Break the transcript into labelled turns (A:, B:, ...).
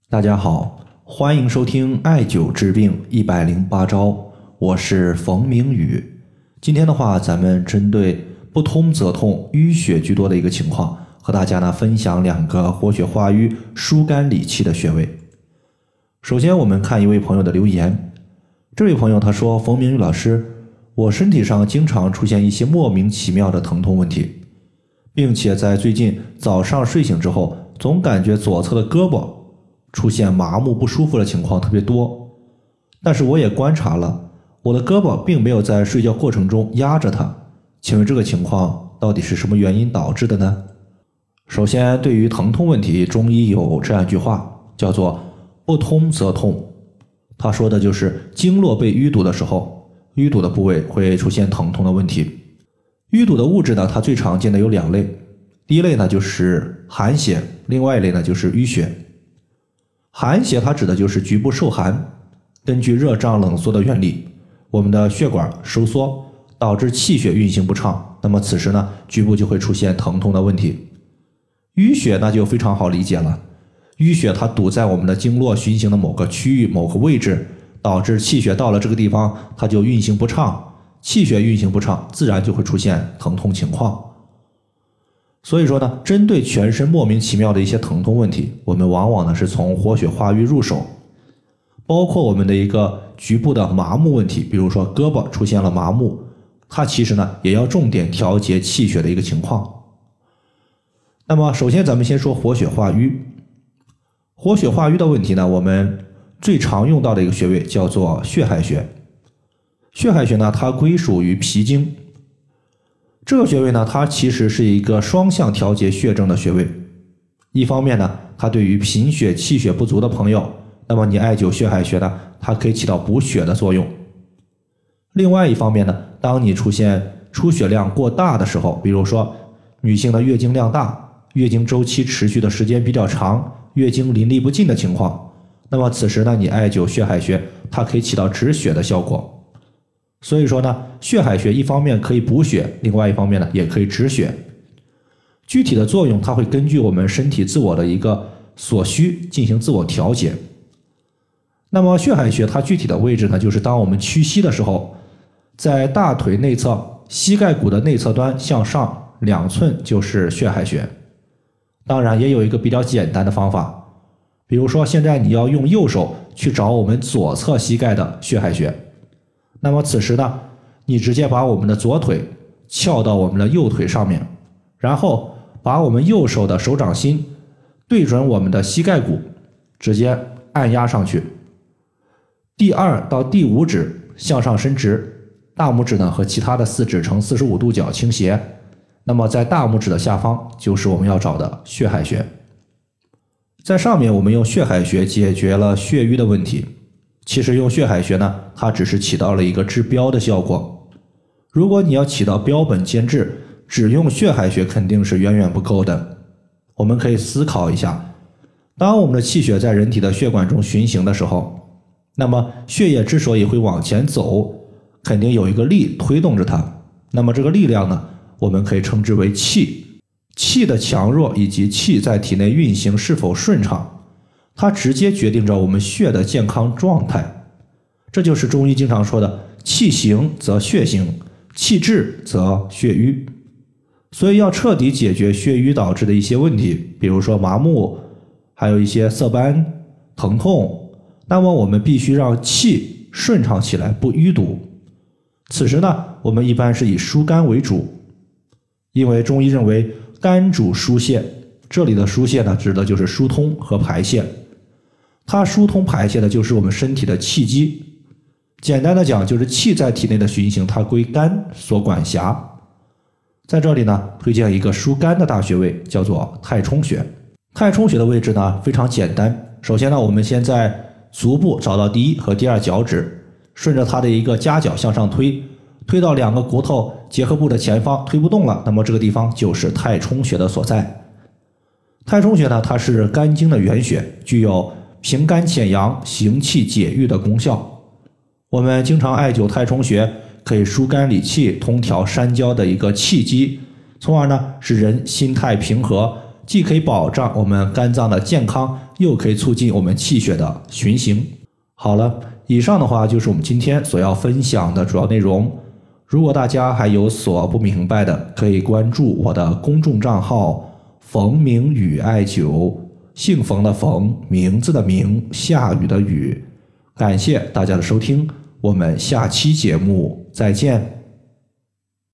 A: 大家好，欢迎收听艾灸治病108招，我是冯明宇。今天的话，咱们针对不通则痛、淤血居多的一个情况，和大家呢分享2个活血化瘀、疏肝理气的穴位。首先，我们看一位朋友的留言。这位朋友他说：“冯明宇老师，我身体上经常出现一些莫名其妙的疼痛问题，并且在最近早上睡醒之后，总感觉左侧的胳膊出现麻木不舒服的情况特别多，但是我也观察了，我的胳膊并没有在睡觉过程中压着它，请问这个情况到底是什么原因导致的呢？”首先，对于疼痛问题，中医有这样一句话，叫做不通则痛。他说的就是经络被淤堵的时候，淤堵的部位会出现疼痛的问题。淤堵的物质呢，它最常见的有2类，第一类呢就是寒血，另外一类呢就是淤血。寒血它指的就是局部受寒，根据热胀冷缩的原理，我们的血管收缩，导致气血运行不畅，那么此时呢，局部就会出现疼痛的问题。淤血那就非常好理解了，淤血它堵在我们的经络循行的某个区域、某个位置，导致气血到了这个地方，它就运行不畅，气血运行不畅，自然就会出现疼痛情况。所以说呢，针对全身莫名其妙的一些疼痛问题，我们往往呢是从活血化瘀入手，包括我们的一个局部的麻木问题，比如说胳膊出现了麻木，它其实呢也要重点调节气血的一个情况。那么首先咱们先说活血化瘀。活血化瘀的问题呢，我们最常用到的一个穴位叫做血海穴。血海穴呢，它归属于脾经。这个穴位呢，它其实是一个双向调节血症的穴位。一方面呢，它对于贫血、气血不足的朋友，那么你艾灸血海穴呢，它可以起到补血的作用。另外一方面呢，当你出现出血量过大的时候，比如说女性的月经量大，月经周期持续的时间比较长，月经淋漓不尽的情况，那么此时呢，你艾灸血海穴，它可以起到止血的效果。所以说呢，血海穴一方面可以补血，另外一方面呢也可以止血。具体的作用它会根据我们身体自我的一个所需进行自我调节。那么血海穴它具体的位置呢，就是当我们屈膝的时候，在大腿内侧膝盖骨的内侧端向上2寸就是血海穴。当然也有一个比较简单的方法，比如说现在你要用右手去找我们左侧膝盖的血海穴，那么此时呢，你直接把我们的左腿翘到我们的右腿上面，然后把我们右手的手掌心对准我们的膝盖骨，直接按压上去。第2到第5指向上伸直，大拇指呢和其他的4指呈45度角倾斜。那么在大拇指的下方就是我们要找的血海穴。在上面我们用血海穴解决了血瘀的问题，其实用血海穴呢，它只是起到了一个治标的效果。如果你要起到标本兼治，只用血海穴肯定是远远不够的。我们可以思考一下，当我们的气血在人体的血管中循行的时候，那么血液之所以会往前走，肯定有一个力推动着它，那么这个力量呢，我们可以称之为气。气的强弱以及气在体内运行是否顺畅，它直接决定着我们血的健康状态。这就是中医经常说的气行则血行，气滞则血瘀。所以要彻底解决血瘀导致的一些问题，比如说麻木，还有一些色斑、疼痛，那么我们必须让气顺畅起来，不淤堵。此时呢，我们一般是以疏肝为主，因为中医认为肝主疏泄，这里的疏泄呢，指的就是疏通和排泄。它疏通排泄的就是我们身体的气机。简单的讲，就是气在体内的循行，它归肝所管辖。在这里呢，推荐一个疏肝的大穴位，叫做太冲穴。太冲穴的位置呢，非常简单。首先呢，我们先在足部找到第1和第2脚趾，顺着它的一个夹角向上推，推到2个骨头结合部的前方，推不动了，那么这个地方就是太冲穴的所在。太冲穴呢，它是肝经的原穴，具有平肝潜阳、行气解郁的功效。我们经常艾灸太冲穴，可以疏肝理气，通调三焦的一个气机，从而呢使人心态平和， 既可以保障我们肝脏的健康，又可以促进我们气血的循行。好了，以上的话就是我们今天所要分享的主要内容。如果大家还有所不明白的，可以关注我的公众账号冯明宇艾灸，姓冯的冯，名字的名，下雨的雨。感谢大家的收听，我们下期节目再见。